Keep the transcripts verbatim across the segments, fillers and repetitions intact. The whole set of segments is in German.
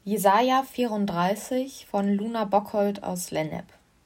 Jesaja vierunddreißig von Luna Bockhold aus Lennep.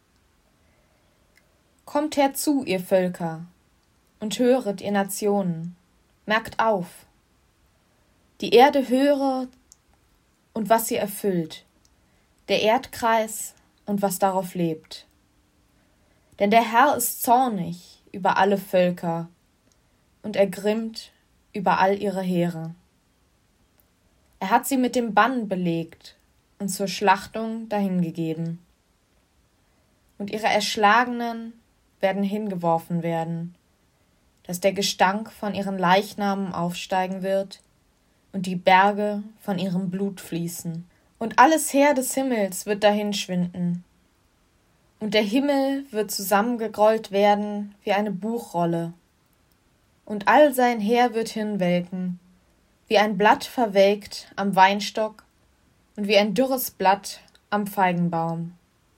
Kommt herzu, ihr Völker, und höret, ihr Nationen, merkt auf. Die Erde höre und was sie erfüllt, der Erdkreis und was darauf lebt. Denn der Herr ist zornig über alle Völker und ergrimmt über all ihre Heere. Er hat sie mit dem Bann belegt und zur Schlachtung dahingegeben. Und ihre Erschlagenen werden hingeworfen werden, dass der Gestank von ihren Leichnamen aufsteigen wird und die Berge von ihrem Blut fließen. Und alles Heer des Himmels wird dahinschwinden. Und der Himmel wird zusammengerollt werden wie eine Buchrolle. Und all sein Heer wird hinwelken, wie ein Blatt verwelkt am Weinstock und wie ein dürres Blatt am Feigenbaum.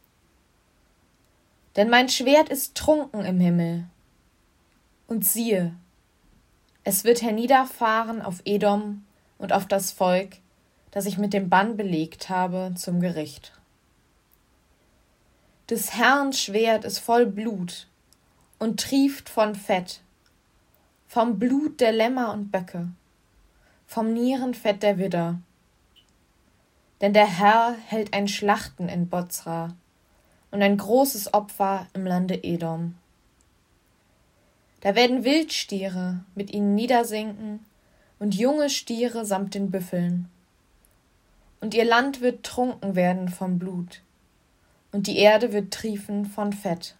Denn mein Schwert ist trunken im Himmel. Und siehe, es wird herniederfahren auf Edom und auf das Volk, das ich mit dem Bann belegt habe, zum Gericht. Des Herrn Schwert ist voll Blut und trieft von Fett, vom Blut der Lämmer und Böcke, vom Nierenfett der Widder. Denn der Herr hält ein Schlachten in Bozra und ein großes Opfer im Lande Edom. Da werden Wildstiere mit ihnen niedersinken und junge Stiere samt den Büffeln. Und ihr Land wird trunken werden vom Blut, und die Erde wird triefen von Fett.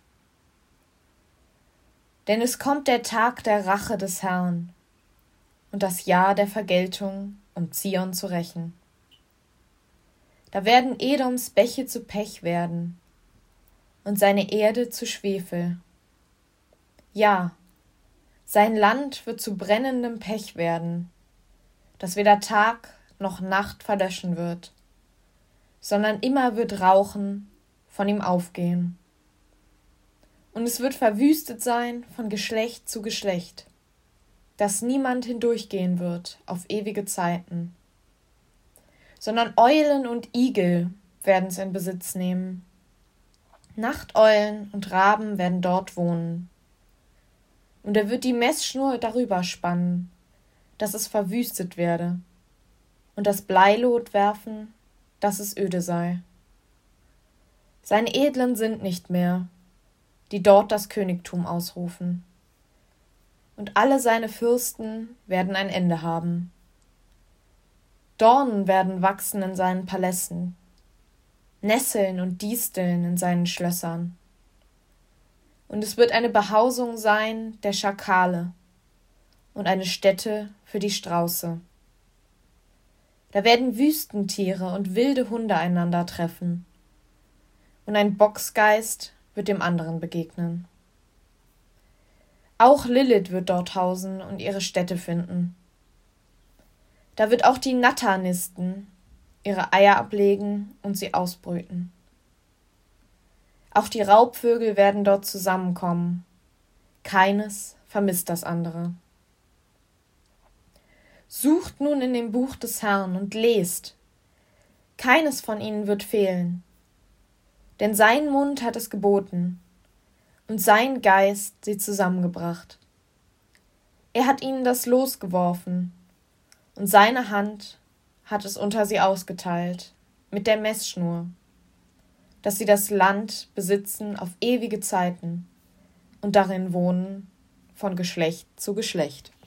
Denn es kommt der Tag der Rache des Herrn und das Jahr der Vergeltung, um Zion zu rächen. Da werden Edoms Bäche zu Pech werden und seine Erde zu Schwefel. Ja, sein Land wird zu brennendem Pech werden, das weder Tag noch Nacht verlöschen wird, sondern immer wird Rauchen von ihm aufgehen. Und es wird verwüstet sein von Geschlecht zu Geschlecht, dass niemand hindurchgehen wird auf ewige Zeiten, sondern Eulen und Igel werden es in Besitz nehmen. Nachteulen und Raben werden dort wohnen. Und er wird die Messschnur darüber spannen, dass es verwüstet werde, und das Bleilot werfen, dass es öde sei. Seine Edlen sind nicht mehr, die dort das Königtum ausrufen. Und alle seine Fürsten werden ein Ende haben. Dornen werden wachsen in seinen Palästen, Nesseln und Disteln in seinen Schlössern. Und es wird eine Behausung sein der Schakale und eine Stätte für die Strauße. Da werden Wüstentiere und wilde Hunde einander treffen, und ein Bocksgeist wird dem anderen begegnen. Auch Lilith wird dort hausen und ihre Stätte finden. Da wird auch die Natter nisten, ihre Eier ablegen und sie ausbrüten. Auch die Raubvögel werden dort zusammenkommen. Keines vermisst das andere. Sucht nun in dem Buch des Herrn und lest. Keines von ihnen wird fehlen. Denn sein Mund hat es geboten und sein Geist sie zusammengebracht. Er hat ihnen das Los geworfen und seine Hand hat es unter sie ausgeteilt mit der Messschnur, dass sie das Land besitzen auf ewige Zeiten und darin wohnen von Geschlecht zu Geschlecht.